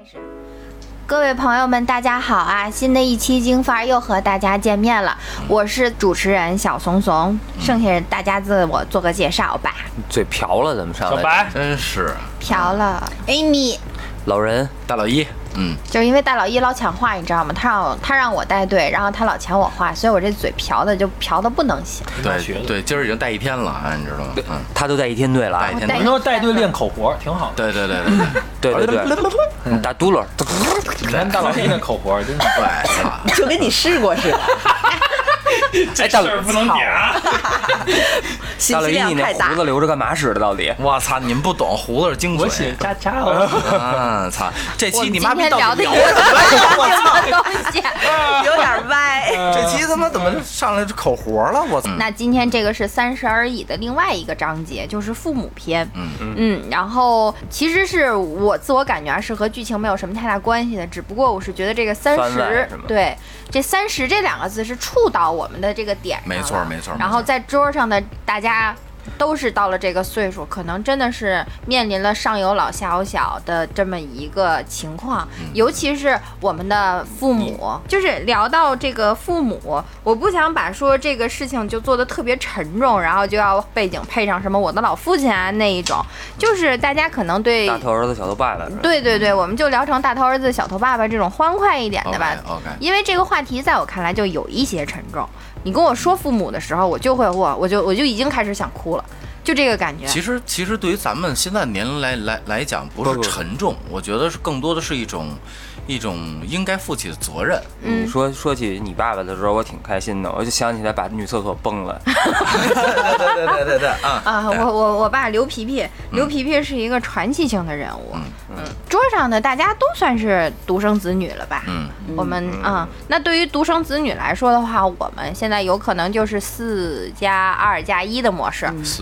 始。各位朋友们，大家好啊！新的一期京范儿又和大家见面了，我是主持人小怂怂，剩下大家自我做个介绍吧。 嘴瓢了，怎么上来？ 小白真是瓢了 ，Amy， 老人大老一， 就是因为大老一老抢话，你知道吗？他让我带队，然后他老抢我话，所以我这嘴瓢的就瓢的不能行。 对，今儿已经带一天了啊，你知道吗？ 他都带一天队了， 带一天你说带队练口活挺好的。 对，打嘟噜， 你看大老一那口活真是， 对，操！ 就跟你试过似的。 这事儿不能讲。 大老一， 信息量你那太大胡。子留着干嘛使的？到底？ 我操，你们不懂，胡子是精我写髓。 渣渣哦。 操！这期我们今你妈逼到天聊的底聊一个什么东西？ 有点歪。 这期他妈怎么上来这口活了？我操！ 那今天这个是三十而已的另外一个章节，就是父母篇。然后其实是我自我感觉是和剧情没有什么太大关系的，只不过我是觉得这个番外是吗对，这30这两个字是触到我们的这个点上了， 没错。 然后在桌上的大家都是到了这个岁数，可能真的是面临了上有老下有小的这么一个情况，尤其是我们的父母，就是聊到这个父母，我不想把说这个事情就做得特别沉重，然后就要背景配上什么我的老父亲啊那一种，就是大家可能对大头儿子小头爸爸是吧？ 对，我们就聊成大头儿子小头爸爸这种欢快一点的吧。 OK， 因为这个话题在我看来就有一些沉重。你跟我说父母的时候，我就已经开始想哭了，就这个感觉。 其实对于咱们现在年龄来讲，不是沉重，我觉得是更多的是一种应该负起的责任。 你说起你爸爸的时候，我挺开心的，我就想起来把女厕所崩了。 对啊，我爸刘皮皮是一个传奇性的人物。桌上的大家都算是独生子女了吧？我们那对于独生子女来说的话，我们现在有可能就是4+2+1的模式。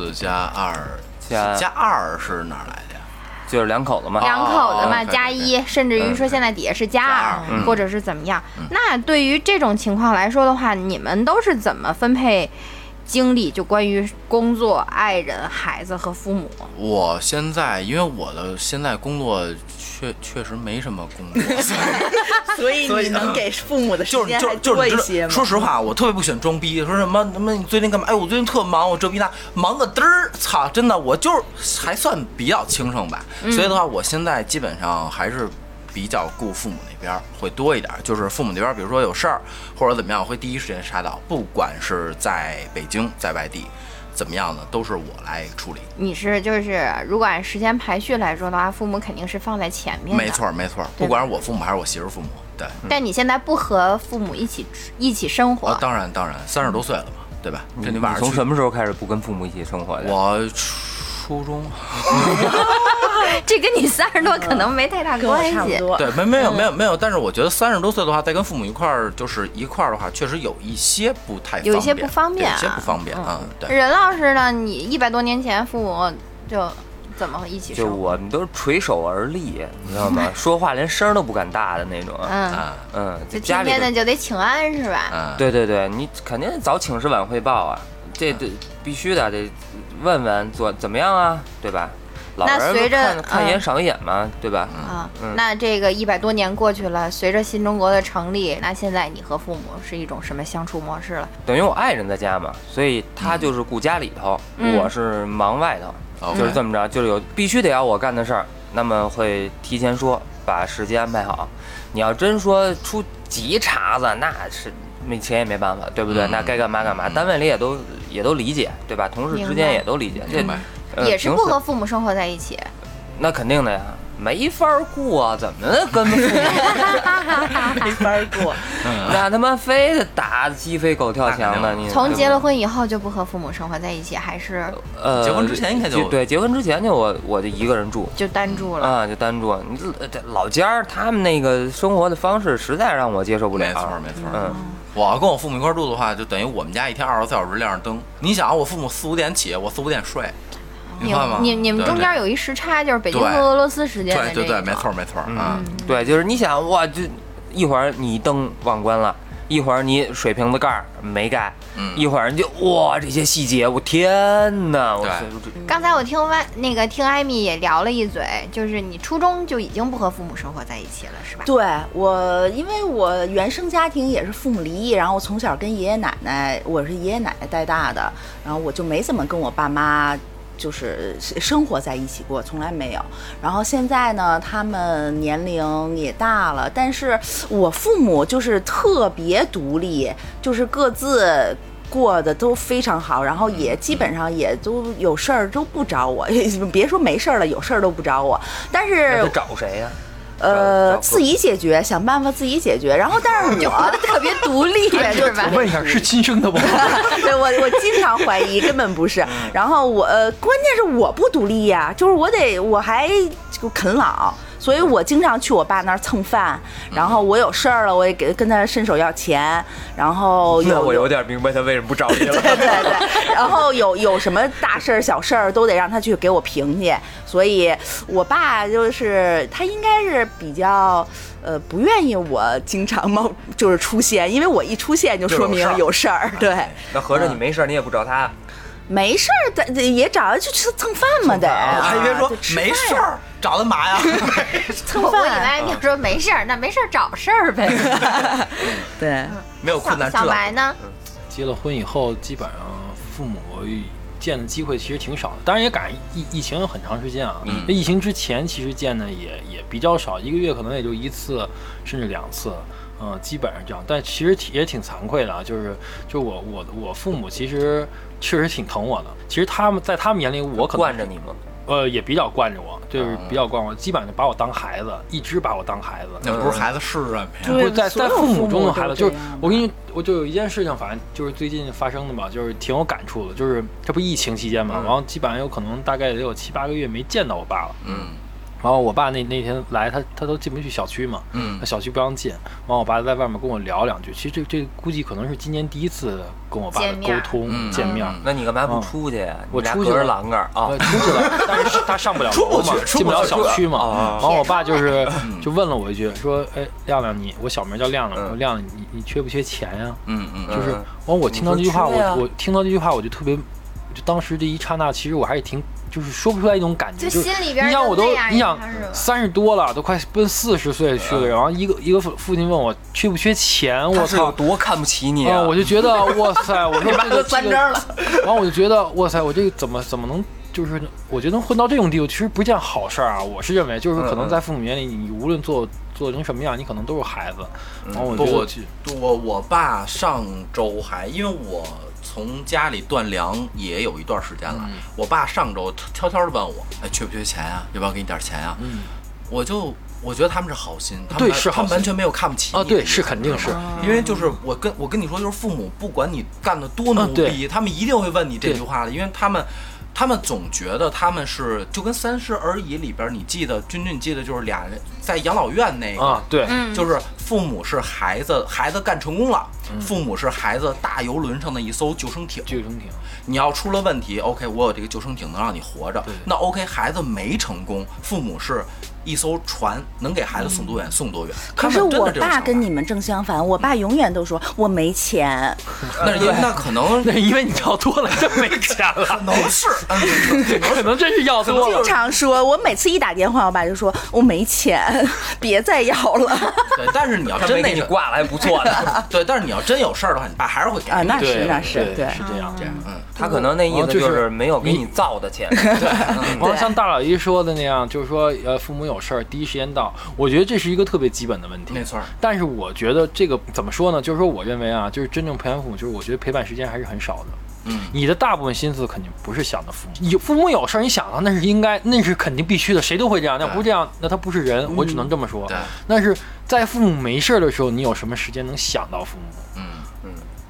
4+2+2是哪儿来的呀？ 就是两口子嘛， 两口子嘛， 哦加1，甚至于说现在底下是+2，或者是怎么样。那对于这种情况来说的话，你们都是怎么分配精力？就关于工作、爱人、孩子和父母。 我现在因为我的现在工作确实没什么工作， 所以你能给父母的时间还多一些吗？ 说实话，我特别不喜欢装逼，说什么你最近干嘛？哎，我最近特忙，我这逼那忙个嘚儿，操！真的，我就是还算比较轻省吧。所以的话，我现在基本上还是比较顾父母那边会多一点，就是父母那边，比如说有事儿或者怎么样，我会第一时间杀到，不管是在北京，在外地。怎么样呢？都是我来处理。 你是就是如果按时间排序来说的话，父母肯定是放在前面的。 没错，不管是我父母还是我媳妇父母，对。 但你现在不和父母一起生活？ 当然，30多岁了嘛，对吧？这你晚上从什么时候开始不跟父母一起生活的？ 我初中。 这跟你30多可能没太大关系。 对，没有。但是我觉得30多岁的话，再跟父母一块儿的话，确实有一些不太方便， 有一些不方便啊。对。 任老师呢？你100多年前父母就怎么一起生活？ 就我们都是垂手而立，你知道吗？说话连声都不敢大的那种。 就天天的就得请安是吧？ 对，你肯定早请示晚汇报啊，这必须的，得问问怎么样啊，对吧？老人看一眼赏一眼嘛，对吧？ 那这个100多年过去了，随着新中国的成立，那现在你和父母是一种什么相处模式了？ 等于我爱人在家嘛，所以他就是顾家里头，我是忙外头，就是这么着，就是有必须得要我干的事儿，那么会提前说，把时间安排好。你要真说出急茬子，那是没钱也没办法，对不对？那该干嘛干嘛，单位里也都理解，对吧？同事之间也都理解， 也是不和父母生活在一起。 那肯定的呀，没法过啊，怎么跟父母没法过？ 那他妈非得打鸡飞狗跳墙的。你从结了婚以后就不和父母生活在一起，还是结婚之前应该就对，结婚之前我就一个人住， 就单住了啊，就单住。你老家他们那个生活的方式实在让我接受不了。 没错。我跟我父母一块住的话，就等于我们家一天24小时亮着灯。你想，我父母4、5点起，我4、5点睡。 你们中间有一时差，就是北京和俄罗斯时间的对，没错。 对，就是你想，哇，就一会儿你灯忘关了， 一会儿你水瓶子盖儿没盖，一会儿你就哇这些细节，我天哪！ 刚才我听艾米也聊了一嘴，就是你初中就已经不和父母生活在一起了，是吧？ 对，因为我原生家庭也是父母离异，然后我从小跟爷爷奶奶，我是爷爷奶奶带大的，然后我就没怎么跟我爸妈就是生活在一起过，从来没有。然后现在呢，他们年龄也大了，但是我父母就是特别独立，就是各自过得都非常好，然后也基本上也都有事儿都不找我，别说没事儿了，有事儿都不找我。但是找谁呀？ 自己解决，想办法自己解决。然后，但是我特别独立，是吧？ 我问一下，是亲生的吗？ 对，我经常怀疑，根本不是。然后关键是我不独立呀，就是我还啃老。所以我经常去我爸那儿蹭饭，然后我有事儿了，我也跟他伸手要钱，然后那我有点明白他为什么不找你了。 对，然后有什么大事儿小事儿都得让他去给我评去。所以我爸就是他应该是比较不愿意我经常就是出现，因为我一出现就说明有事儿。对， 那合着你没事儿你也不找他？ 没事儿，也找他去蹭饭嘛得。 我还以为说没事儿找他嘛呀？ 蹭饭。 我以为你说没事儿，那没事儿找事儿呗。 对， 没有困难治。 小白呢？ 结了婚以后，基本上父母见的机会其实挺少的，当然也赶疫情有很长时间啊。疫情之前其实见的也比较少，一个月可能也就1次甚至2次。基本上这样，但其实也挺惭愧的啊，就是我父母其实确实挺疼我的，其实在他们眼里我可能惯着你吗？ 也比较惯着我，就是比较惯我，基本上把我当孩子，一直把我当孩子。 那不是孩子是啊， 不是在父母中的孩子，就是我就有一件事情，反正就是最近发生的吧，就是挺有感触的，就是这不疫情期间嘛，然后基本上有可能大概得有7、8个月没见到我爸了。然后我爸那天来，他都进不去小区嘛，他小区不让进。然后我爸在外面跟我聊2句，其实这估计可能是今年第1次跟我爸的沟通见面。 那你干嘛不出去呀？ 我出去了， 栏杆啊， 出去了，但是他上不了楼嘛，进不了小区嘛。然后我爸就问了我一句，说：“哎，亮亮我小名叫亮亮，说亮亮你缺不缺钱呀？”就是我听到这句话，我听到这句话我就特别，就当时这一刹那，其实我还是就是说不出来一种感觉， 就心里边你想30多了，都快奔40岁去了，然后一个父亲问我缺不缺钱，我操， 有多看不起你啊！ 我就觉得哇塞，我说这个3张了， 然后我就觉得哇塞，我这个怎么能就是我觉得能混到这种地步，其实不是件好事啊。我是认为，就是可能在父母眼里，你无论做成什么样，你可能都是孩子。然后我爸上周还因为我从家里断粮也有一段时间了，我爸上周悄悄的问我，哎，缺不缺钱啊？要不要给你点钱啊？我觉得他们是好心，他们完全没有看不起你啊，对，是肯定是， 因为就是我跟你说，就是父母不管你干得多牛逼，他们一定会问你这句话的，因为他们总觉得他们是就跟《30而已》里边，你记得就是俩人在养老院那个啊，对， 就是父母是孩子干成功了，父母是孩子大游轮上的一艘救生艇，你要出了问题 ，OK， 我有这个救生艇能让你活着，那 OK， 孩子没成功，父母是一艘船能给孩子送多远送多远。 可是我爸跟你们正相反，我爸永远都说我没钱。 那可能那因为你要多了，真没钱了。 可能是， 可能真是要多了。 经常说，我每次一打电话，我爸就说我没钱，别再要了。 对，但是你要真给你挂了还不错的。 对，但是你要真有事儿的话，你爸还是会给啊。那是， 对，是这样。 他可能那意思就是没有给你造的钱。 对，像大老姨说的那样，就是说父母有事儿第一时间到，我觉得这是一个特别基本的问题。 没错。 但是我觉得这个怎么说呢？就是说，我认为啊，就是真正陪伴父母，就是我觉得陪伴时间还是很少的。你的大部分心思肯定不是想着父母，父母有事儿你想啊，那是肯定必须的，谁都会这样。那不是这样，那他不是人，我只能这么说。但是在父母没事的时候，你有什么时间能想到父母？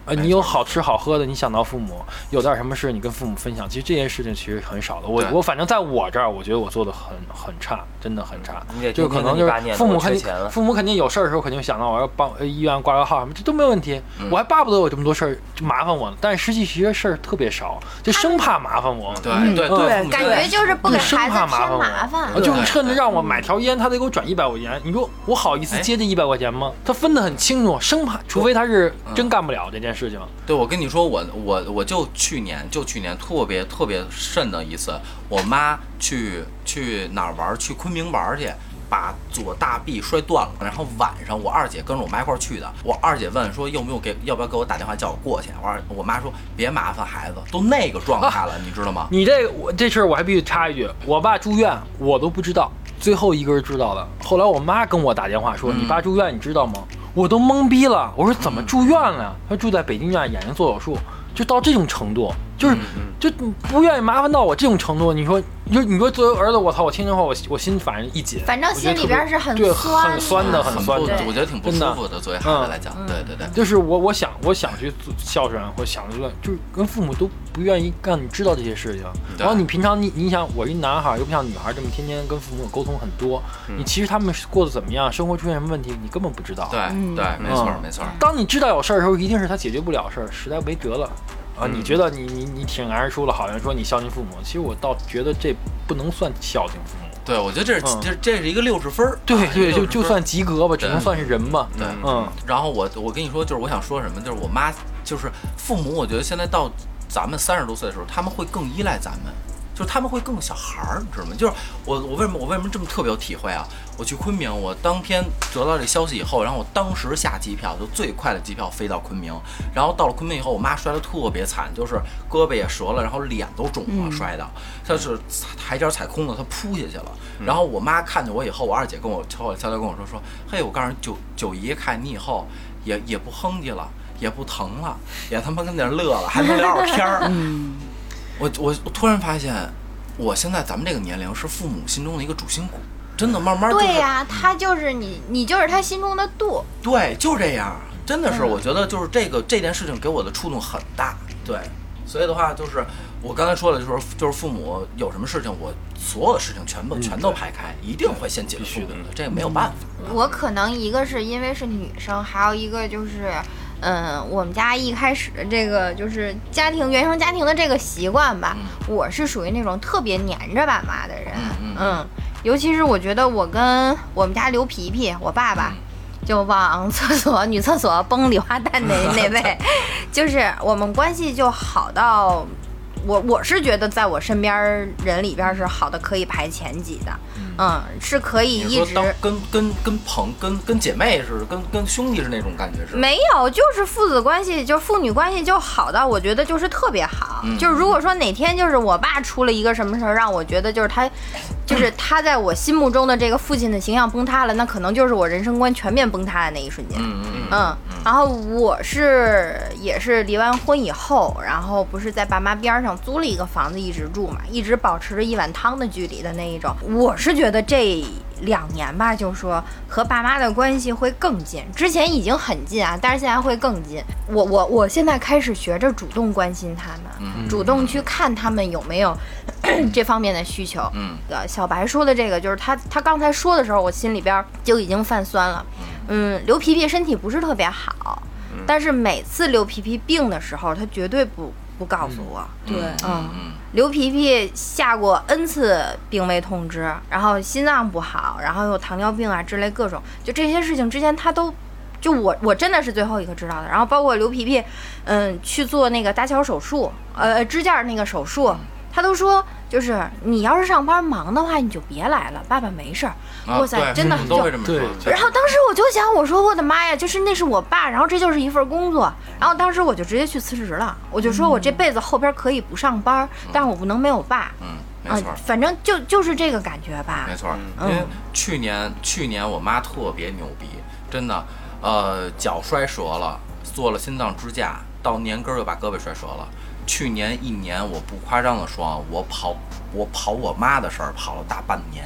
你有好吃好喝的，你想到父母，有点什么事你跟父母分享，其实这件事情其实很少的。我反正在我这儿，我觉得我做的很差，真的很差。就可能就是父母肯定有事儿的时候，肯定想到我要帮医院挂个号什么，这都没有问题。我还巴不得有这么多事儿就麻烦我呢，但是实际其实事儿特别少，就生怕麻烦我。 对， 感觉就是不给孩子添麻烦，就是趁着让我买条烟，他得给我转100块钱，你说我好意思接这100块钱吗？他分得很清楚，生怕除非他是真干不了这件事情。 对，我跟你说，我就去年特别甚的一次，我妈去哪儿玩？去昆明玩去，把左大臂摔断了。然后晚上我二姐跟着我妈一块儿去的，我二姐问说要不要给我打电话叫我过去？我妈说别麻烦孩子，都那个状态了，你知道吗？ 你这事儿我还必须插一句，我爸住院我都不知道，最后一个人知道的。后来我妈跟我打电话说你爸住院你知道吗？我都懵逼了，我说怎么住院了？他住在北京院眼睛做手术，就到这种程度，就不愿意麻烦到我这种程度。你说作为儿子，我操，我听这话我心反正一紧， 反正心里边是很酸的， 我觉得挺不舒服的。作为孩子来讲，对， 就是我想去孝顺，或想就是跟父母都不愿意让你知道这些事情。然后你平常你想，我一男孩又不像女孩这么天天跟父母沟通很多，你其实他们过得怎么样，生活出现什么问题，你根本不知道。 对，没错。 当你知道有事儿的时候，一定是他解决不了事儿，实在没辙了。你觉得你挺然而出了，好像说你孝敬父母，其实我倒觉得这不能算孝敬父母。 对，我觉得这是一个60分。 对，就算及格吧，只能算是人吧。 对，然后我跟你说，就是我想说什么，就是我妈就是父母，我觉得现在到咱们30多岁的时候，他们会更依赖咱们。就是他们会更小孩儿，你知道吗？就是我为什么这么特别有体会啊？我去昆明，我当天得到这消息以后，然后我当时下机票，就最快的机票飞到昆明。然后到了昆明以后，我妈摔得特别惨，就是胳膊也折了，然后脸都肿了，摔的。她是台阶踩空了，她扑下去了。然后我妈看见我以后，我二姐跟我悄悄跟我说，嘿，我告诉你，九姨看你以后也不哼唧了，也不疼了，也他妈跟那乐了，还能聊会儿天儿。我突然发现，我现在咱们这个年龄是父母心中的一个主心骨，真的慢慢对呀，他就是你就是他心中的度， 对，就这样，真的是，我觉得就是这件事情给我的触动很大，对，所以的话就是我刚才说的，就是父母有什么事情，我所有的事情全都排开，一定会先解决父母的，这个没有办法。 我可能一个是因为是女生，还有一个就是。我们家一开始的这个就是原生家庭的这个习惯吧，我是属于那种特别黏着爸妈的人，尤其是我觉得我跟我们家刘皮皮，我爸爸，就往女厕所崩礼花弹那位，就是我们关系就好到，我是觉得在我身边人里边是好的可以排前几的。是可以一直跟姐妹似的，跟兄弟是那种感觉是？ 没有，就是父子关系，就父女关系就好到我觉得就是特别好。就是如果说哪天就是我爸出了一个什么事儿，让我觉得就是他在我心目中的这个父亲的形象崩塌了，那可能就是我人生观全面崩塌的那一瞬间。然后我也是离完婚以后，然后不是在爸妈边上租了一个房子一直住嘛，一直保持着一碗汤的距离的那一种。我是觉得这2年吧，就是说和爸妈的关系会更近，之前已经很近啊，但是现在会更近。我现在开始学着主动关心他们，主动去看他们有没有这方面的需求。小白说的这个，就是他刚才说的时候，我心里边就已经泛酸了。刘皮皮身体不是特别好，但是每次刘皮皮病的时候，他绝对不告诉我。 对， 刘皮皮下过 N 次病危通知，然后心脏不好，然后有糖尿病啊之类各种，就这些事情之前他都，就我真的是最后一个知道的。然后包括刘皮皮，去做那个搭桥手术，支架那个手术，他都说就是你要是上班忙的话，你就别来了，爸爸没事儿。哇塞，真的都会这么说。 然后当时我就想，我说我的妈呀，就是那是我爸，然后这就是一份工作。然后当时我就直接去辞职了，我就说我这辈子后边可以不上班，但是我不能没有爸。 没错， 反正就是这个感觉吧。 没错，因为去年我妈特别牛逼，真的，脚摔折了，做了心脏支架，到年根又把胳膊摔折了。去年1年，我不夸张的说，我跑我妈的事儿跑了大半年。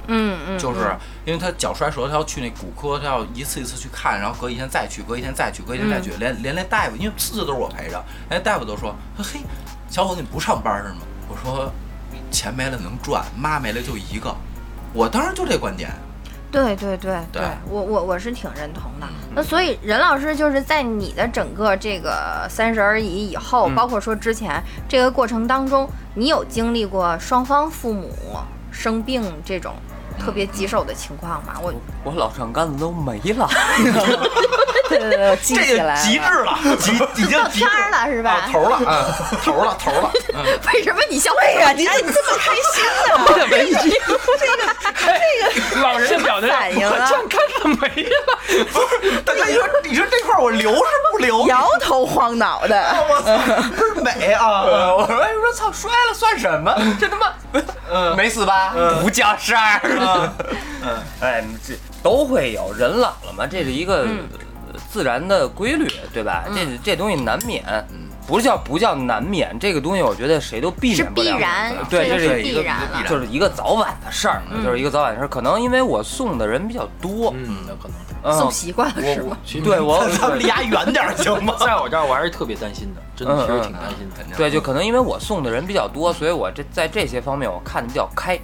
就是因为他脚摔折，他要去那骨科，他要一次一次去看，然后隔一天再去，隔一天再去，隔一天再去，连大夫，因为次都是我陪着，连大夫都说，嘿，小伙子你不上班是吗？我说钱没了能赚，妈没了就一个，我当时就这观点。 对，我是挺认同的。那所以任老师就是在你的整个这个30而已以后，包括说之前这个过程当中，你有经历过双方父母生病这种特别棘手的情况吗？ 我老丈杆子都没了。 对，记起来了， 极致了，已经天了是吧？ 头了，头了。 为什么你笑？ 对呀，你怎么这么开心呢？ 我怎么已经这个老人的表情反应了， 这样看着没了。 不是，大家你说这块我留是不留？ 摇头晃脑的， 我操，不是美啊！ 我说操，摔了算什么？这他妈没死吧？不叫事儿。哎，这都会有，人老了嘛，这是一个自然的规律，对吧？这东西难免，不叫难免，这个东西我觉得谁都避免不了。 是必然， 对，这是必然了， 就是一个早晚的事儿，就是一个早晚的事儿。可能因为我送的人比较多， 那可能是送习惯了是吗？ 对我咱们离家远点行吗？ 在我这儿我还是特别担心的，真的其实挺担心的。 对，就可能因为我送的人比较多，所以我在这些方面我看得比较开。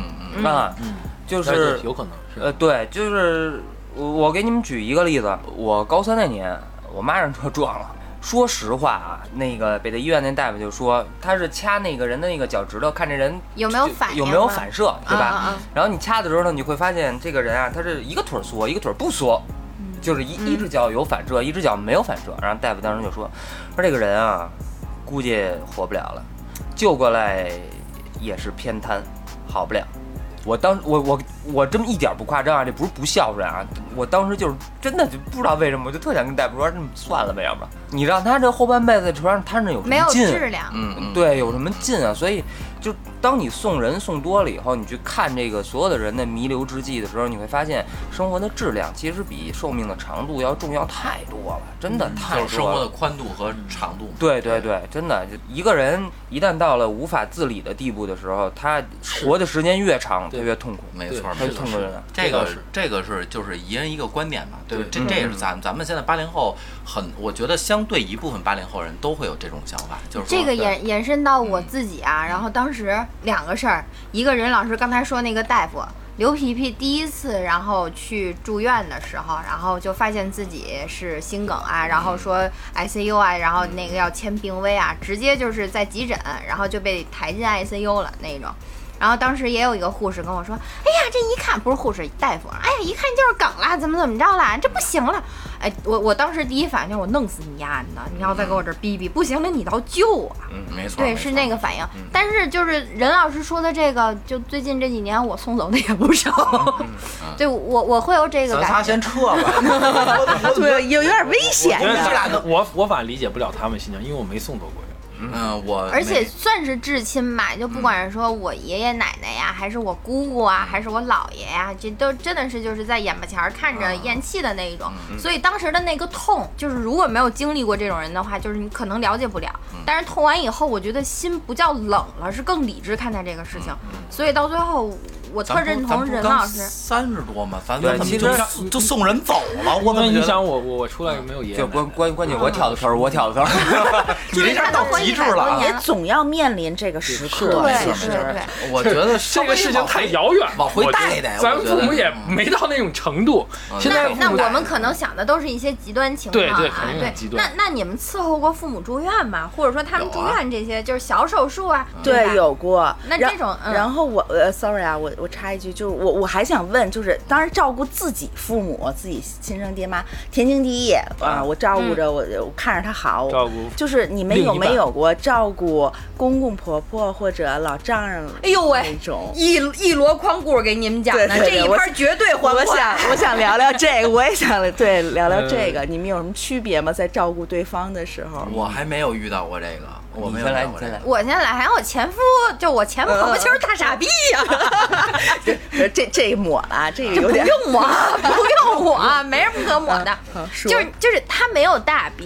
就是有可能是对，就是我给你们举一个例子，我高3那年，我妈让车撞了。说实话啊，那个北大医院那大夫就说，他是掐那个人的那个脚趾头，看这人有没有反应， 有没有反射，对吧？然后你掐的时候呢，你会发现这个人啊，他是一个腿缩，一个腿不缩，就是一只脚有反射，一只脚没有反射。然后大夫当时就说这个人啊，估计活不了了，救过来也是偏瘫，好不了。我这么一点不夸张啊，这不是不孝顺啊，我当时就是真的就不知道为什么，我就特想跟大夫说，算了呗，要不然你让他这后半辈子在床上瘫着有什么劲？ 没有质量， 对，有什么劲啊？所以就当你送人送多了以后，你去看这个所有的人的弥留之际的时候，你会发现生活的质量其实比寿命的长度要重要太多了，真的太多了。 就是生活的宽度和长度。 对，真的，一个人一旦到了无法自理的地步的时候，他活的时间越长，他越痛苦。 没错， 他痛苦的。 这个是就是一人一个观点嘛，对吧？这也是咱们现在80后我觉得相对一部分80后人都会有这种想法，就是这个延伸到我自己啊。然后当时2个事儿，一个任老师刚才说那个大夫刘皮皮第一次然后去住院的时候，然后就发现自己是心梗啊，然后说 ICU 啊，然后那个要签病危啊，直接就是在急诊，然后就被抬进 ICU 了那种。然后当时也有一个护士跟我说，哎呀，这一看不是护士，大夫，哎呀，一看就是梗了，怎么着了，这不行了。哎，我当时第一反应就是我弄死你丫的，你要再给我这逼逼，不行了你倒救我。 没错， 对，是那个反应。但是就是任老师说的这个，就最近这几年我送走的也不少。对，我会有这个感觉。 咱先撤吧。 对，有点危险。 我反正理解不了他们心情，因为我没送走过人。 而且算是至亲吧，就不管是说我爷爷奶奶呀，还是我姑姑啊，还是我姥爷呀，这都真的是就是在眼巴前看着咽气的那一种。所以当时的那个痛，就是如果没有经历过这种人的话，就是你可能了解不了。但是痛完以后，我觉得心不叫冷了，是更理智看待这个事情。所以到最后，我特认同任老师。 30多嘛，咱其实就送人走了。我怎么你想我出来没有爷爷？ 就关键我挑的头， 你这下到极致了， 也总要面临这个时刻。 对， 我觉得这个事情太遥远， 往回带带。 咱父母也没到那种程度。现在那我们可能想的都是一些极端情况啊。 对，肯定很极端。 那你们伺候过父母住院吗？或者说他们住院这些就是小手术啊？ 对，有过。 那这种， 然后sorry 啊，我插一句，就是我还想问，就是当然照顾自己父母，自己亲生爹妈，天经地义啊。我照顾着我看着他好， 照顾。 就是你们有没有过照顾公公婆婆或者老丈人？ 哎呦喂， 那种一箩筐故事给你们讲的，这一盘绝对还不完。 我想聊聊这个，我也想聊聊这个。你们有什么区别吗？在照顾对方的时候？ 我还没有遇到过这个。 你先来， 我先来，还有我前夫，就我前夫可不就是大傻逼呀！ 这抹了，这个有点不用抹，没什么可抹的。就是他没有大病，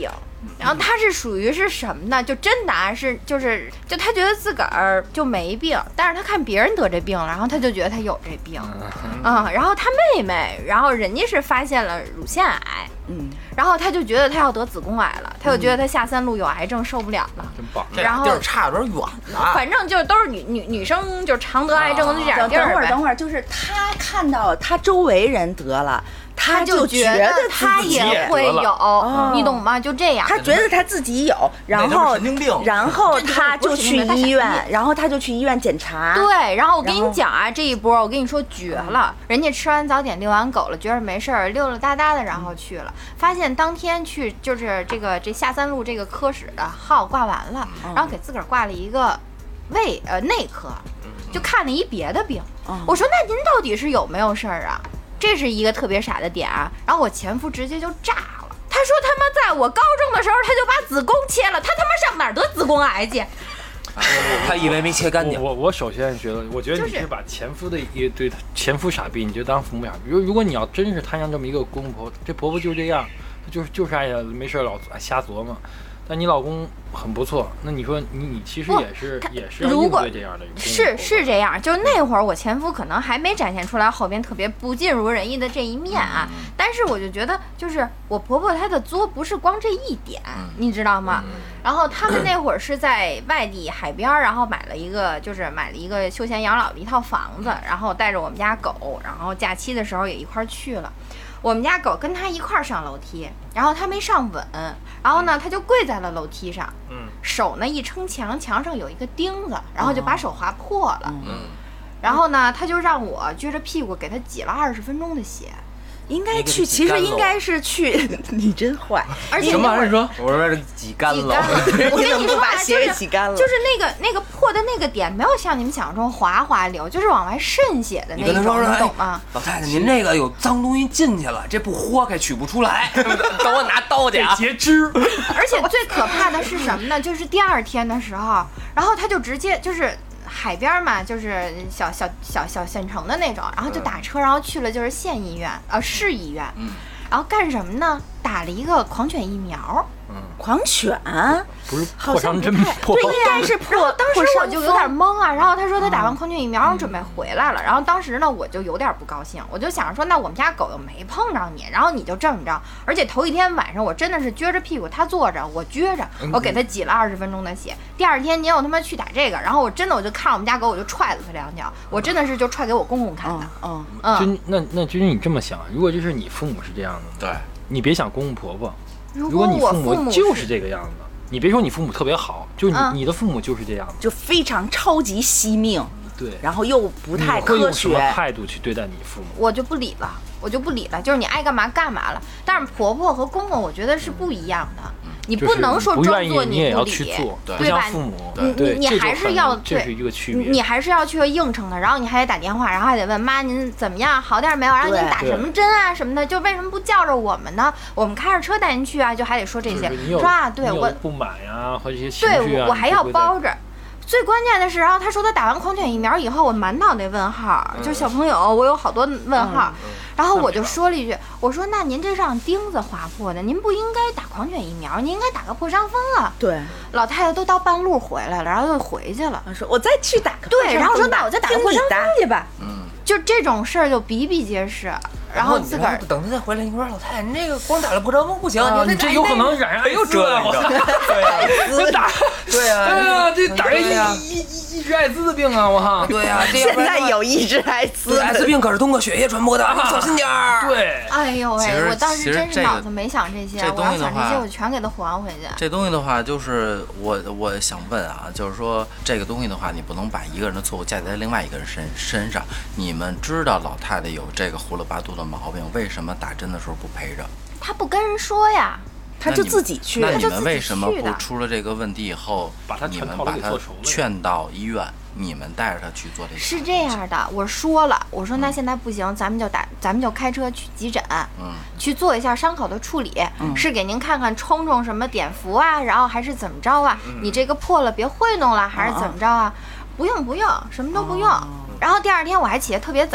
然后他是属于是什么呢？就真的就他觉得自个儿就没病，但是他看别人得这病了，然后他就觉得他有这病，然后他妹妹，然后人家是发现了乳腺癌，然后他就觉得他要得子宫癌了，他就觉得他下三路有癌症受不了了， 真棒。 然后地儿差有点远了， 反正就都是女生就常得癌症的这点地儿呗。 等会儿，就是他看到他周围人得了。他就觉得他也会有，你懂吗？就这样， 他觉得他自己有，然后他就去医院，然后他就去医院检查。 对，然后我跟你讲啊，这一波我跟你说绝了，人家吃完早点遛完狗了，觉得没事儿，溜溜达达的，然后去了，发现当天去就是这下三路这个科室的号挂完了，然后给自个儿挂了一个内科，就看了一别的病。我说那您到底是有没有事儿啊？这是一个特别傻的点啊，然后我前夫直接就炸了，他说他妈在我高中的时候他就把子宫切了，他他妈上哪儿得子宫癌去？ 他以为没切干净。 我首先觉得你是把前夫的对前夫傻逼，你就当父母傻逼。如果你要真是摊上这么一个公公婆婆，这婆婆就是这样，就是爱没事老瞎琢磨。但你老公很不错，那你说你其实也是要应对这样的是这样，就是那会儿我前夫可能还没展现出来后边特别不尽如人意的这一面啊，但是我就觉得就是我婆婆她的作不是光这一点，你知道吗？然后他们那会儿是在外地海边，然后买了一个休闲养老的一套房子，然后带着我们家狗，然后假期的时候也一块去了。我们家狗跟他一块上楼梯，然后他没上稳，然后呢他就跪在了楼梯上，手呢一撑墙上有一个钉子，然后就把手划破了，然后呢他就让我撅着屁股给他挤了20分钟的血。 应该去，其实应该是去。你真坏！ 而且什么人说？ 我说挤干了。 我跟你说把血挤干了， 就是那个破的那个点没有像你们想象中滑流，就是往外渗血的那种，你懂吗？ 老太太，您这个有脏东西进去了，这不豁开取不出来，等我拿刀去啊！ 截肢。 而且最可怕的是什么呢？就是第二天的时候，然后他就直接就是。海边嘛，就是小县城的那种，然后就打车，然后去了就是县医院，市医院，然后干什么呢？打了一个狂犬疫苗。 狂犬不是破伤针破， 对，应该是破。 当时我就有点懵啊，然后他说他打完狂犬疫苗准备回来了，然后当时呢我就有点不高兴，我就想说那我们家狗又没碰着你，然后你就这么着，而且头一天晚上我真的是撅着屁股，他坐着我撅着，我给他挤了20分钟的血。第二天你又他妈去打这个，然后我真的我就看我们家狗我就踹了他2脚，我真的是就踹给我公公看的。 那就是你这么想，如果就是你父母是这样的，对，你别想公公婆婆。如果你父母就是这个样子，你别说你父母特别好，就是你的父母就是这样子， 就非常超级惜命， 对， 然后又不太科学。 你会用什么态度去对待你父母？ 我就不理了，就是你爱干嘛干嘛了。但是婆婆和公公，我觉得是不一样的。你不能说装作你不理， 对吧？父母， 你还是要这是一个区别， 你还是要去应承的，然后你还得打电话，然后还得问妈您怎么样，好点没有？然后您打什么针啊什么的，就为什么不叫着我们呢？我们开着车带您去啊，就还得说这些，说啊，对我不满呀，或者一些情绪啊， 对我还要包着。最关键的是，然后他说他打完狂犬疫苗以后，我满脑袋问号，就是小朋友，我有好多问号。然后我就说了一句，我说那您这让钉子划破的，您不应该打狂犬疫苗，您应该打个破伤风啊。 对， 老太太都到半路回来了，然后又回去了， 说我再去打个对，然后说那我再打个破伤风去吧。就这种事儿就比比皆是。然后自个儿等他再回来，你说老太太，你这个光打了破伤风不行， 你这有可能染上艾滋啊！对呀，对呀，这打个抑制艾滋的病啊！我靠， 对呀， 现在有抑制艾滋， 艾滋病可是通过血液传播的，小心点儿。 对， 哎呦喂，我当时真是脑子没想这些，我要想这些，我全给他还回去。 这东西的话，就是我想问啊，就是说这个东西的话，你不能把一个人的错误嫁在另外一个人身上。你们知道老太太有这个胡了八度的毛病，为什么打针的时候不陪着？ 他不跟人说呀， 他就自己去。 那你们为什么不出了这个问题以后，你们把他劝到医院，你们带着他去做这个？ 是这样的，我说了，我说那现在不行，咱们就开车去急诊，去做一下伤口的处理，是给您看看冲什么碘伏啊，然后还是怎么着啊？你这个破了别会弄了，还是怎么着啊？不用，什么都不用。然后第二天我还起得特别早，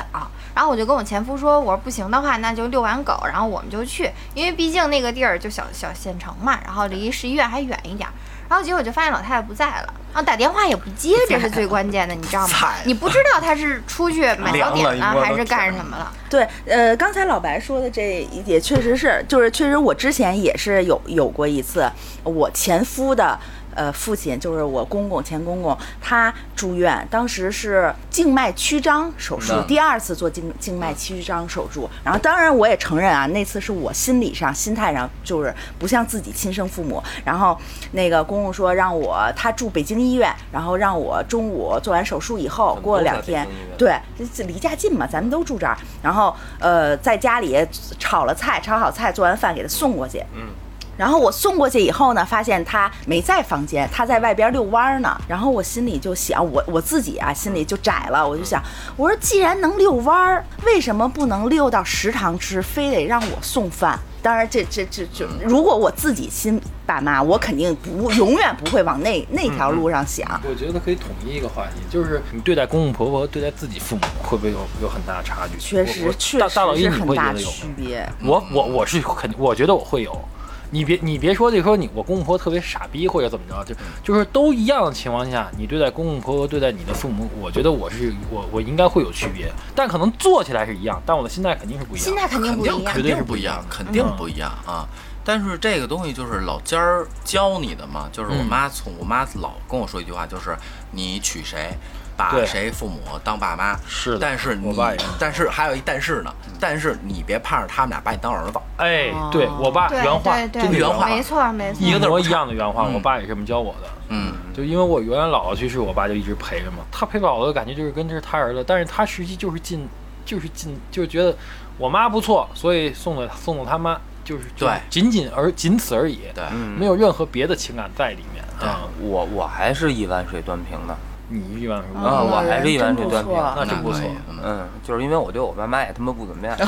然后我就跟我前夫说，我说不行的话，那就遛完狗，然后我们就去，因为毕竟那个地儿就小县城嘛，然后离市医院还远一点。然后结果就发现老太太不在了，然后打电话也不接，这是最关键的，你知道吗？你不知道她是出去买早点了还是干什么了。 对，刚才老白说的这也确实是，就是确实我之前也是有过一次，我前夫的父亲，就是我前公公，他住院，当时是静脉曲张手术，第2次做静脉曲张手术。然后当然我也承认啊，那次是我心态上就是不像自己亲生父母。然后那个公公说让他住北京医院，然后让我中午做完手术以后，过了2天，对，离家近嘛，咱们都住这儿。然后在家里炒好菜，做完饭给他送过去。然后我送过去以后呢，发现他没在房间，他在外边遛弯呢。然后我心里就想，我自己啊心里就窄了，我就想，我说既然能遛弯，为什么不能遛到食堂吃，非得让我送饭？当然这如果我自己亲爸妈，我肯定永远不会往那条路上想。 我觉得可以统一一个话题，就是你对待公公婆婆对待自己父母会不会有很大的差距？ 确实大老一是你会觉得有区别。 我是肯定，我觉得我会有。你别说这说我公公婆婆特别傻逼或者怎么着，就是都一样的情况下，你对待公公婆婆对待你的父母，我觉得我应该会有区别，但可能做起来是一样，但我的心态肯定是不一样， 心态肯定不一样， 肯定不一样，肯定不一样啊！但是这个东西就是老家儿教你的嘛，就是我妈老跟我说一句话，就是你娶谁，把谁父母当爸妈， 是的。 但是还有一但是呢，但是你别盼着他们俩把你当儿子。 哎，对我爸原话， 真的原话， 没错， 一模一样的原话，我爸也这么教我的。就因为我原来姥姥去世，我爸就一直陪着嘛，他陪姥姥的感觉就是跟这是他儿子，但是他实际就是觉得我妈不错，所以送了他妈。就是仅此而已， 对， 没有任何别的情感在里面。 我还是一碗水端平的。 你一碗水我还是一碗水端平， 那真不错。 就是因为我对我爸妈也他妈不怎么样。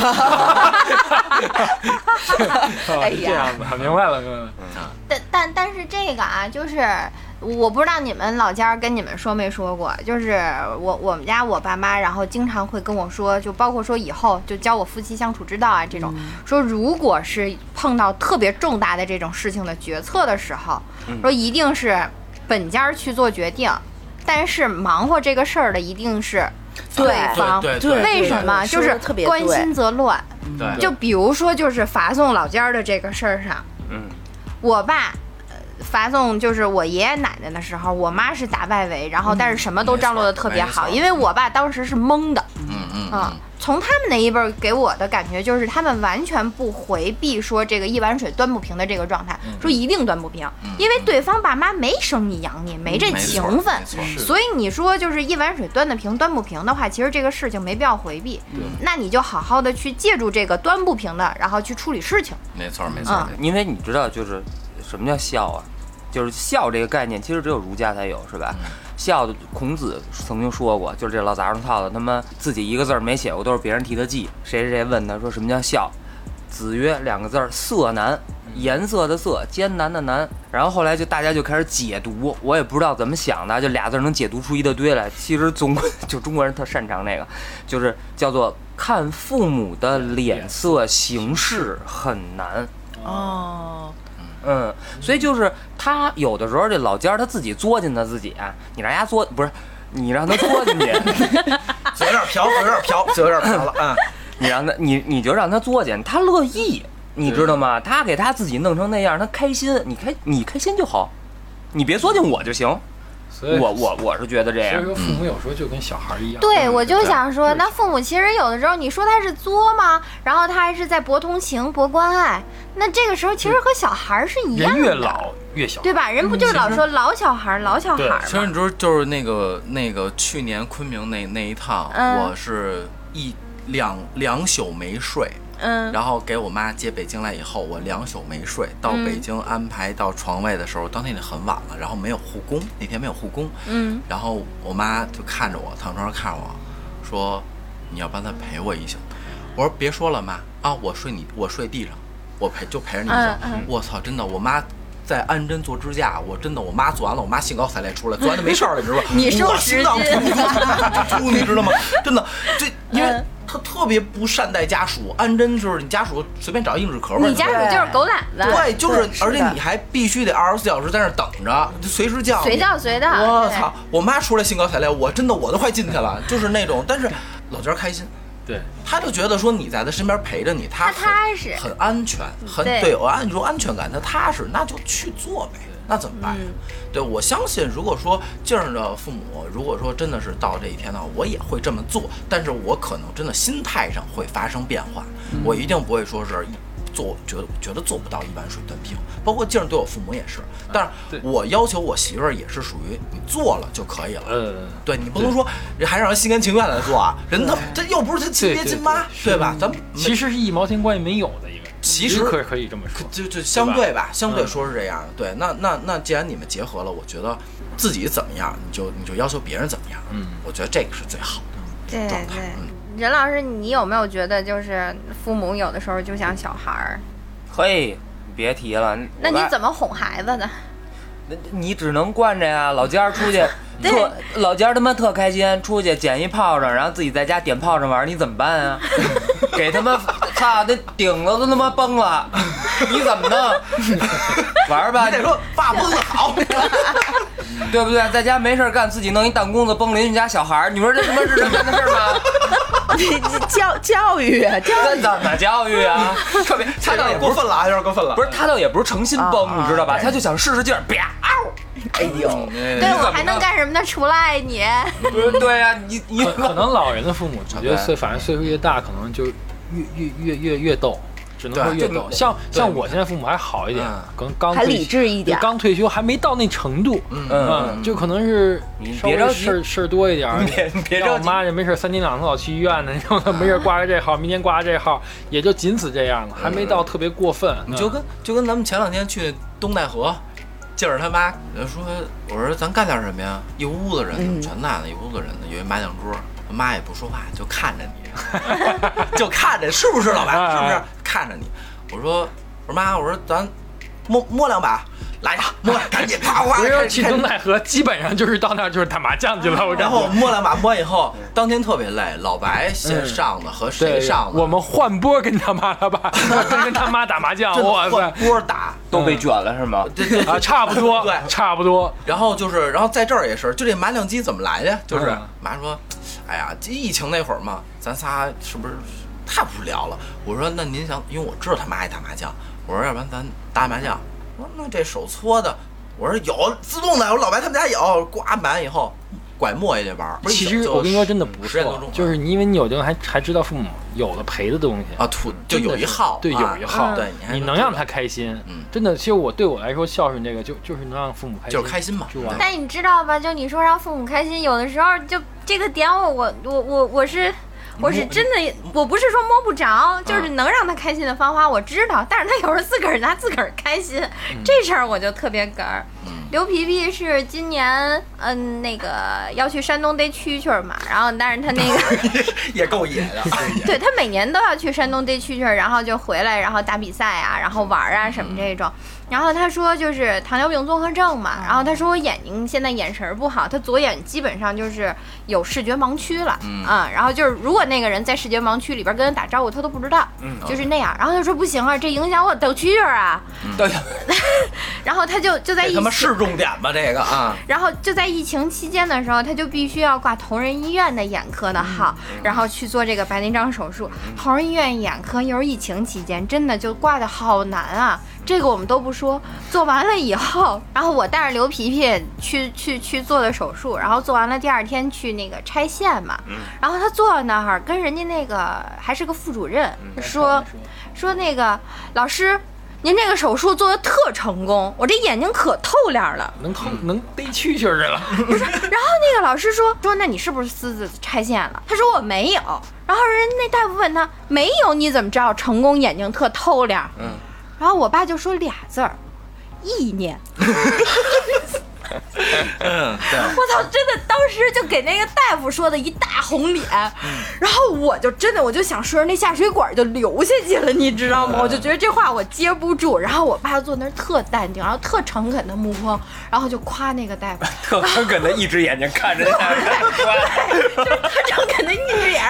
这样子，明白了。 但是这个啊，就是我不知道你们老家跟你们说没说过，就是我们家我爸妈，然后经常会跟我说，就包括说以后就教我夫妻相处之道啊这种，说如果是碰到特别重大的这种事情的决策的时候，说一定是本家去做决定，但是忙活这个事儿的一定是对方。 对， 为什么？就是关心则乱。 对， 就比如说就是发送老家的这个事儿上，我爸发送就是我爷爷奶奶的时候，我妈是打外围，然后但是什么都张罗的特别好，因为我爸当时是懵的。从他们那一辈给我的感觉就是他们完全不回避说这个一碗水端不平的这个状态，说一定端不平，因为对方爸妈没生你养你，没这情分，所以你说就是一碗水端得平端不平的话，其实这个事情没必要回避，那你就好好的去借助这个端不平的，然后去处理事情。 没错。 因为你知道就是什么叫孝啊，就是孝这个概念其实只有儒家才有，是吧？孝的孔子曾经说过，就是这老杂种套子他妈自己一个字没写过，都是别人替他记。谁问他说什么叫孝，子曰2个字，色难，颜色的色，艰难的难。然后后来就大家就开始解读，我也不知道怎么想的，就俩字能解读出一大堆来。其实中国人特擅长那个，就是叫做看父母的脸色行事很难。所以就是他有的时候这老家他自己作进他自己啊，你让他作不是，你让他作进去， 嘴有点瓢了啊！ 你让他你就让他作进，他乐意，你知道吗？他给他自己弄成那样，他开心，你开心就好，你别作进我就行。我是觉得这样。所以说父母有时候就跟小孩一样。 对，我就想说，那父母其实有的时候，你说他是作吗？然后他还是在博同情、博关爱。那这个时候其实和小孩是一样的。 人越老越小， 对吧？人不就是老说老小孩吗？ 其实你说就是那个去年昆明那一趟，我是两宿没睡。然后给我妈接北京来以后，我2宿没睡，到北京安排到床位的时候，当天很晚了，然后没有护工，那天没有护工，然后我妈就看着我，躺床上看着我，说你要帮她陪我一宿。我说别说了妈啊，我睡地上，我陪着你一宿。我操，真的，我妈在安贞做支架，我妈做完了，我妈兴高采烈出来，做完就没事了，你知道吧？ 你收拾心脏突，你知道吗？真的，这因为他特别不善待家属，安贞就是你家属随便找硬纸壳吧， 你家属就是狗懒子， 对，就是而且你还必须得24小时在那等着，就随时叫， 随到。 我操！我妈出来兴高采烈，我真的我都快进去了，就是那种，但是老家开心。 对， 他就觉得说你在他身边陪着你，他踏实， 很安全，对我按你说安全感，他踏实，那就去做呗，那怎么办？对，我相信，如果说这样的父母，如果说真的是到这一天呢，我也会这么做，但是我可能真的心态上会发生变化，我一定不会说是觉得做不到一碗水端平，包括静儿对我父母也是，但是我要求我媳妇儿也是属于你做了就可以了，对你不能说还让人心甘情愿来做啊，人他这又不是他亲爹亲妈，对吧？咱们其实是一毛钱关系没有的一个， 其实可以这么说， 就相对吧，相对说是这样的。对，那既然你们结合了，我觉得自己怎么样，你就要求别人怎么样，我觉得这个是最好的状态。 任老师，你有没有觉得就是父母有的时候就像小孩儿？ 嘿，别提了。 那你怎么哄孩子呢？ 你只能惯着呀。老家出去老家他妈特开心，出去捡一炮仗，然后自己在家点炮仗玩，你怎么办啊？给他们操，那顶子都他妈崩了，你怎么弄？玩吧， 你得说爸崩了好。 对不对？在家没事干，自己弄一弹弓子崩邻居家小孩，你说这他妈是人干的事吗？ 教育这怎么教育啊？特别他倒也过分了，有点过分了。 不是他倒也不是诚心崩，你知道吧？他就想试试劲儿，啪！ 哎呦， 对我还能干什么呢？除了爱你。 对呀，你可能老人的父母，我觉得反正岁数越大，可能就越逗。只能说越逗，像我现在父母还好一点，可能刚还理智一点， 刚退休还没到那程度，就可能是稍微事儿多一点。 别着急， 我妈这没事3天2次老去医院呢，然后没事挂个这号，明天挂个这号，也就仅此这样了，还没到特别过分。 你就跟咱们前2天去东戴河，劲儿他妈说，我说咱干点什么呀？一屋子人，全在呢，一屋子人呢，有一麻将桌，他妈也不说话，就看着你，就看着，是不是老白？是不是看着你？我说妈，我说咱摸2把，来呀，摸，赶紧啪啪。 我要去东戴河，基本上就是到那儿就是打麻将去了。 然后摸2把，摸以后，当天特别累，老白先上的和谁上的？ 我们换波跟他妈跟他妈打麻将，哇塞， 换波打都被卷了是吗？ 对啊，差不多， 对， 差不多。 然后在这儿也是，就这麻将机怎么来的？就是妈说，哎呀，疫情那会儿嘛，咱仨是不是太无聊了？我说那您想，因为我知道他妈爱打麻将，我说要不然咱打麻将。我说那这手搓的，我说有自动的，我说老白他们家有，刮完以后拐磨也得玩。 其实我跟你说真的不错，就是因为你有的还知道父母有的陪的东西啊，就有一号， 对，有一号， 对， 你能让他开心，真的，其实对我来说孝顺这个就是能让父母开心， 就是开心嘛。 但你知道吧？就你说让父母开心，有的时候就这个点我是真的，我不是说摸不着，就是能让他开心的方法我知道，但是他有时候自个儿拿自个儿开心，这事儿我就特别哏儿。刘皮皮是今年那个要去山东逮蛐蛐嘛，然后但是他那个也够野的， 对他每年都要去山东逮蛐蛐，然后就回来，然后打比赛啊，然后玩啊什么这种。然后他说就是糖尿病综合症嘛，然后他说我眼睛现在眼神不好，他左眼基本上就是有视觉盲区了，然后就是如果那个人在视觉盲区里边跟他打招呼，他都不知道，就是那样。然后他说不行啊，这影响我等蛐蛐啊，然后他就在疫情， 他妈是重点吧这个啊， 然后就在疫情期间的时候，他就必须要挂同仁医院的眼科的号，然后去做这个白内障手术。同仁医院眼科又是疫情期间，真的就挂的好难啊。这个我们都不说，做完了以后，然后我带着刘皮皮去做的手术，然后做完了第2天去那个拆线嘛，然后他坐到那儿跟人家那个还是个副主任说那个老师，您这个手术做的特成功，我这眼睛可透亮了， 能逮蛐蛐去了。 不是，然后那个老师说那你是不是私自拆线了？他说我没有，然后人那大夫问他没有，你怎么知道成功眼睛特透亮？然后我爸就说2字儿，意念。我操！真的，当时就给那个大夫说的一大红脸，然后我就想顺着那下水管就流下去了，你知道吗？我就觉得这话我接不住。然后我爸坐那儿特淡定，然后特诚恳的目光，然后就夸那个大夫， 特诚恳的一只眼睛看着他， 对，就特诚恳的一只眼，然后看着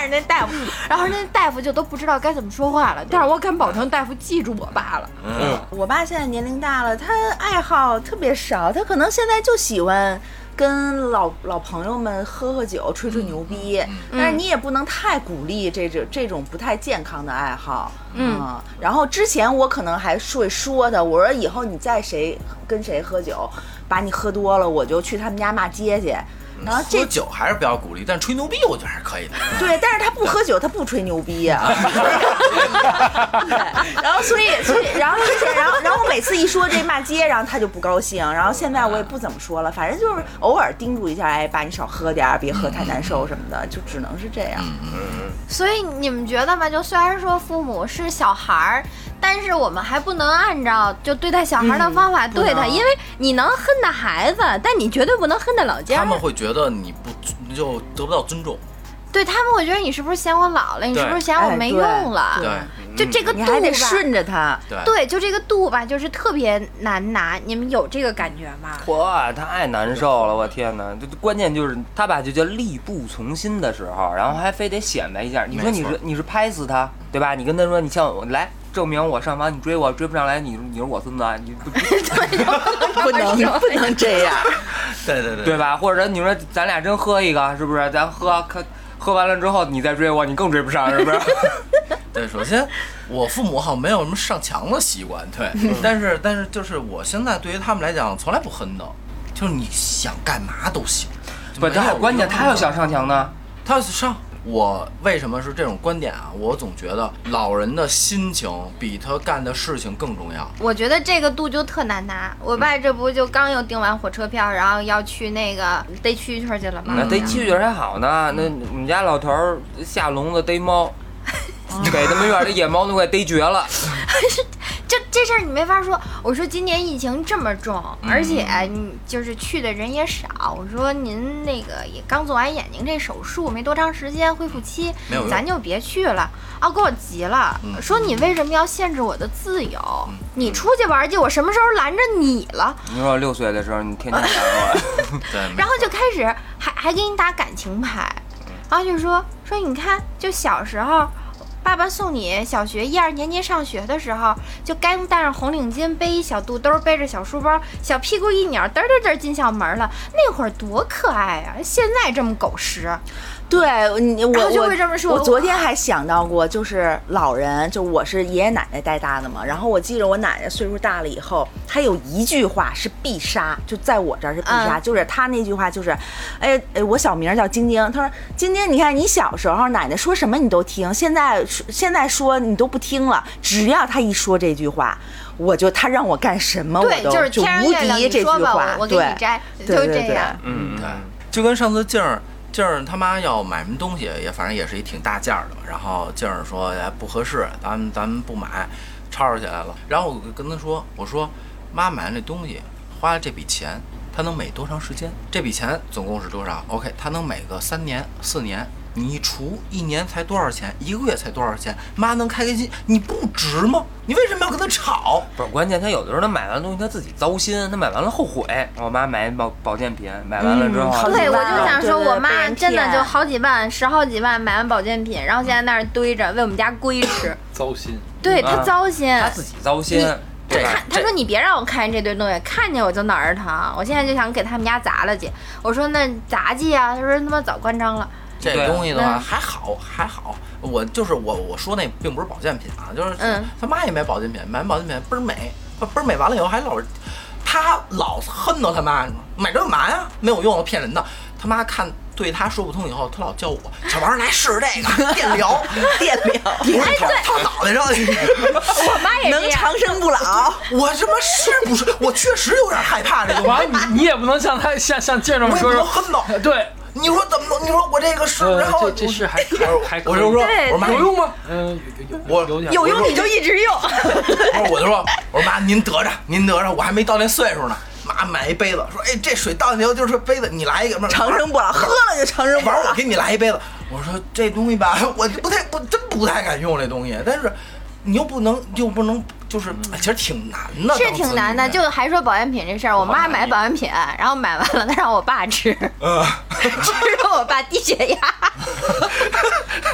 着那大夫，然后那大夫就都不知道该怎么说话了。但是我敢保证，大夫记住我爸了。 我爸现在年龄大了，他爱好特别少，他可能现在就喜欢跟老朋友们喝喝酒、吹吹牛逼，但是你也不能太鼓励这种不太健康的爱好。然后之前我可能还会说他，我说以后你再跟谁喝酒，把你喝多了，我就去他们家骂街去。然后喝酒还是比较鼓励，但吹牛逼我觉得还是可以的。 对，但是他不喝酒，他不吹牛逼呀。对，然后所以然后我每次一说这骂街，然后他就不高兴。然后现在我也不怎么说了，反正就是偶尔叮嘱一下，哎，爸你少喝点，别喝太难受什么的，就只能是这样。 所以你们觉得吧？就虽然说父母是小孩儿，但是我们还不能按照就对待小孩的方法对他，因为你能恨的孩子，但你绝对不能恨的老家。 他们会觉得你就得不到尊重。 对，他们会觉得你是不是嫌我老了，你是不是嫌我没用了？ 对， 就这个度吧， 你还得顺着他。 对，就这个度吧，就是特别难拿。你们有这个感觉吗？ 哇，太难受了，我天哪！这关键就是他吧，就叫力不从心的时候，然后还非得显摆一下。你说你是拍死他，对吧？你跟他说你像我来证明我上房，你追我追不上来，你是我孙子，你不能这样。 对吧？或者你说咱俩真喝一个，是不是？咱喝完了之后你再追我，你更追不上，是不是？ 对，首先我父母好像没有什么上墙的习惯，对，但是就是我现在对于他们来讲从来不哼的，就是你想干嘛都行。 不，关键他要想上墙呢， 他要上。我为什么是这种观点啊？我总觉得老人的心情比他干的事情更重要。 我觉得这个度就特难拿。我爸这不就刚又订完火车票，然后要去那个逮蛐蛐去了吗？ 那逮蛐蛐还好呢，那我们家老头儿下笼子逮猫，给他们院的野猫都快逮绝了。 这事儿你没法说。我说今年疫情这么重，而且就是去的人也少。我说您那个也刚做完眼睛这手术，没多长时间恢复期，咱就别去了。给我急了，说你为什么要限制我的自由？你出去玩去，我什么时候拦着你了？ 你说我6岁的时候，你天天拦我。 对。 然后就开始还给你打感情牌，然后就说你看，就小时候。爸爸送你小学1、2年级上学的时候，就刚戴上红领巾，背一小肚兜，背着小书包，小屁股一扭，嘚嘚嘚进校门了。那会儿多可爱啊！现在这么狗食。 对，我就会这么说。 我昨天还想到过，就是老人，就我是爷爷奶奶带大的嘛。然后我记得我奶奶岁数大了以后，她有一句话是必杀，就在我这儿是必杀，就是她那句话就是，我小名叫晶晶，她说晶晶，你看你小时候奶奶说什么你都听，现在说你都不听了，只要她一说这句话，她让我干什么我都就无敌这句话， 我给你摘，就这样。 对，就跟上次静儿他妈要买什么东西，反正也是一挺大件的，然后静儿说不合适，咱们不买，吵起来了。然后我跟他说，我说妈买这东西花了这笔钱，他能美多长时间？这笔钱总共是多少 ？OK， 他能美个3年4年。你一除1年才多少钱，1个月才多少钱？妈能开心，你不值吗？你为什么要跟他吵？ 不是，关键他有的时候他买完东西他自己糟心，他买完了后悔。我妈买保健品，买完了之后， 对，我就想说，我妈真的就好几万、10好几万买完保健品，然后现在那儿堆着，为我们家龟吃， 糟心。 对他糟心， 他自己糟心。 他说你别让我看这堆东西，看见我就脑仁疼。我现在就想给他们家砸了去。我说那砸去啊，他说他妈早关张了。 这东西的话还好，我说那并不是保健品啊，就是他妈也买保健品，买保健品倍儿美，倍儿美完了以后还他老恨到他妈买这干嘛呀？没有用，骗人的。他妈看对他说不通以后，他老叫我小王来试这个电疗，你套脑袋上， 我妈也能长生不老。 我这妈是不是？我确实有点害怕这个。 完你也不能像他像见着说， 我也不能恨到。 对。 你说怎么弄？你说我这个是，然后这事还我就说，我说妈有用吗？ 有用你就一直用。 我就说，我说妈您得着，我还没到那岁数呢。妈买一杯子，说这水倒进去就是杯子，你来一个， 长生不老，喝了就长生不老。 我给你来一杯子。我说这东西吧，我真不太敢用这东西，但是你又不能。就是其实挺难的， 是挺难的。就还说保健品这事儿，我妈买保健品，然后买完了，她让我爸吃，吃了我爸低血压。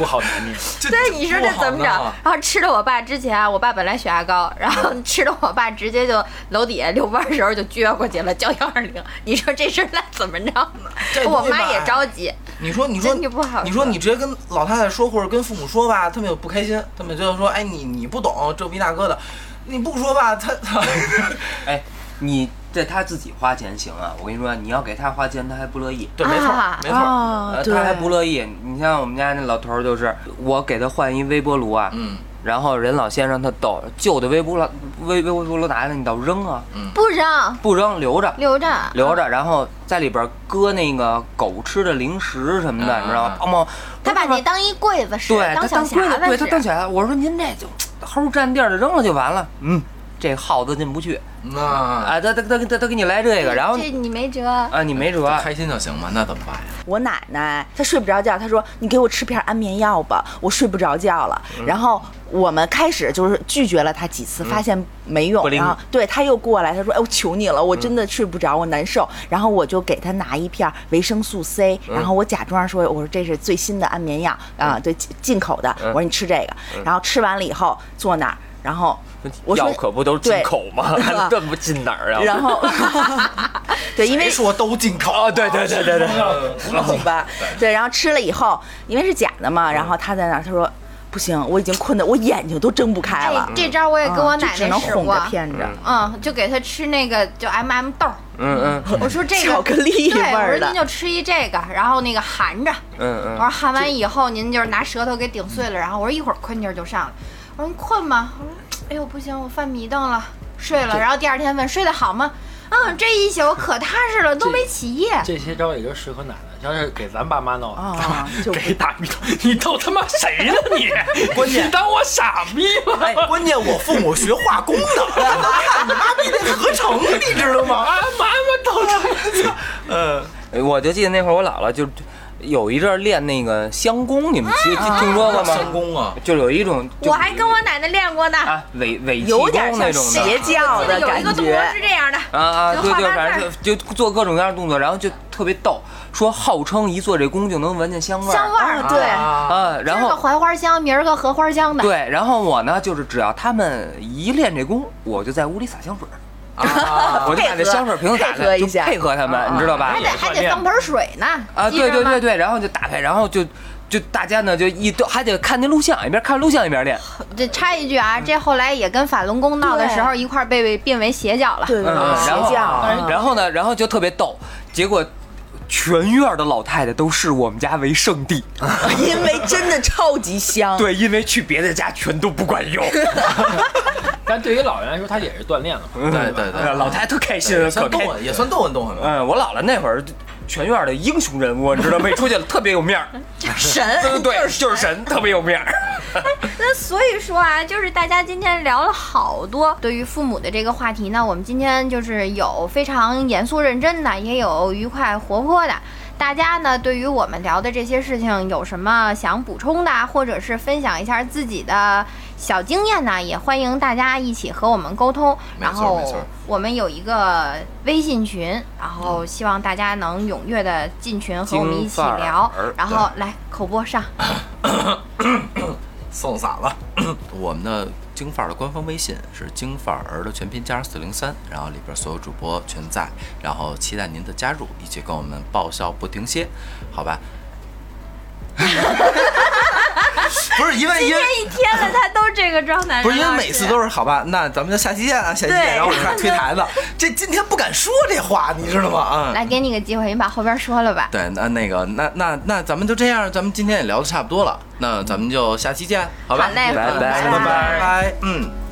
不好拿捏。 对，你说这怎么整？然后吃了我爸之前，我爸本来血压高，然后吃了我爸直接就楼底下遛弯的时候就撅过去了，叫120。你说这事儿那怎么着呢？我妈也着急。 你说，你说你直接跟老太太说，或者跟父母说吧，他们又不开心，他们就说，哎，你不懂这逼那哥的，你不说吧，他哎，你这他自己花钱行啊，我跟你说，你要给他花钱，他还不乐意。 对，没错，没错， 他还不乐意。你像我们家那老头儿，就是我给他换一微波炉啊，然后人老先生他抖旧的微波炉拿来，你倒扔啊？不扔，留着，然后在里边搁那个狗吃的零食什么的，你知道吗？ 他把那当一柜子使， 对， 当小匣子对，他当小匣子。我说您这就齁占地儿的，扔了就完了。这耗子进不去。他给你来这个，然后这你没辙啊，你没辙， 开心就行嘛，那怎么办呀？ 我奶奶她睡不着觉，她说你给我吃片安眠药吧，我睡不着觉了。然后我们开始就是拒绝了她几次，发现没用，然后对她又过来，她说哎我求你了，我真的睡不着，我难受。然后我就给她拿一片维生素 C，然后我假装说我说这是最新的安眠药啊，对，进口的，我说你吃这个，然后吃完了以后坐那儿。然后我说药可不都是进口吗？还这不进哪儿啊？ 然后对，因为说都进口啊， 对， 好吧，对，然后吃了以后，因为是假的嘛，然后他在那儿，他说不行，我已经困得我眼睛都睁不开了。 这招我也跟我奶奶使过， 骗着， 就给他吃那个就 豆，我说这个巧克力味儿的， 我说您就吃一这个，然后那个含着，我说含完以后您就是拿舌头给顶碎了，然后我说一会儿困劲儿就上了。我说你困吗？我说哎呦不行，我犯迷瞪了，睡了。然后第二天问睡得好吗？这一宿可踏实了，都没起夜。 这些招也就适合奶奶，要是给咱爸妈弄就给大鱼头，你逗他妈谁呢你？关键你当我傻逼吗？ 哎，关键我父母学化工的，看你妈逼那合成，你知道吗？ 妈逗他。 我就记得那会儿我姥姥就。有一阵练那个香功，你们听说过吗？ 香功啊， 就有一种， 我还跟我奶奶练过呢。 伪气有点那种邪教的感觉。 有一个动作是这样的对，反正就做各种各样的动作，然后就特别逗，说号称一做这功就能闻见香味儿， 对然后今儿个槐花香，明儿个荷花香的。 对，然后我呢，就是只要他们一练这功，我就在屋里撒香水。我就把这香水瓶子打开，就配合他们，你知道吧？ 还得放盆水呢。 对，然后就打开，然后就大家呢就还得看那录像，一边看录像一边练。 这插一句啊，这后来也跟法轮功闹的时候一块被并为邪教了。 对，邪教。 然后就特别逗，结果。全院的老太太都视我们家为圣地， 因为真的超级香。 对，因为去别的家全都不管用。 但对于老人来说，他也是锻炼了。 对， 老太太特开心， 也算动换。我姥姥那会儿全院的英雄人物，你知道没？出去了特别有面儿， 神。 对，就是神，特别有面儿。 那所以说啊，就是大家今天聊了好多对于父母的这个话题呢，我们今天就是有非常严肃认真的，也有愉快活泼的。大家呢对于我们聊的这些事情有什么想补充的，或者是分享一下自己的小经验呢，也欢迎大家一起和我们沟通。然后我们有一个微信群，然后希望大家能踊跃的进群和我们一起聊。然后来口播上。 送散了。我们的京范儿的官方微信是京范儿的全拼加上403，然后里边所有主播全在，然后期待您的加入，一起跟我们爆笑不停歇，好吧？不是因为今天一天了，他都这个状态。 不是因为每次都是好吧？那咱们就下期见啊，下期见。然后我就开始推台子，这今天不敢说这话，你知道吗？ 来，给你个机会，你把后边说了吧。 对，那咱们就这样，咱们今天也聊得差不多了，那咱们就下期见，好吧？ 好嘞， 拜拜。 嗯。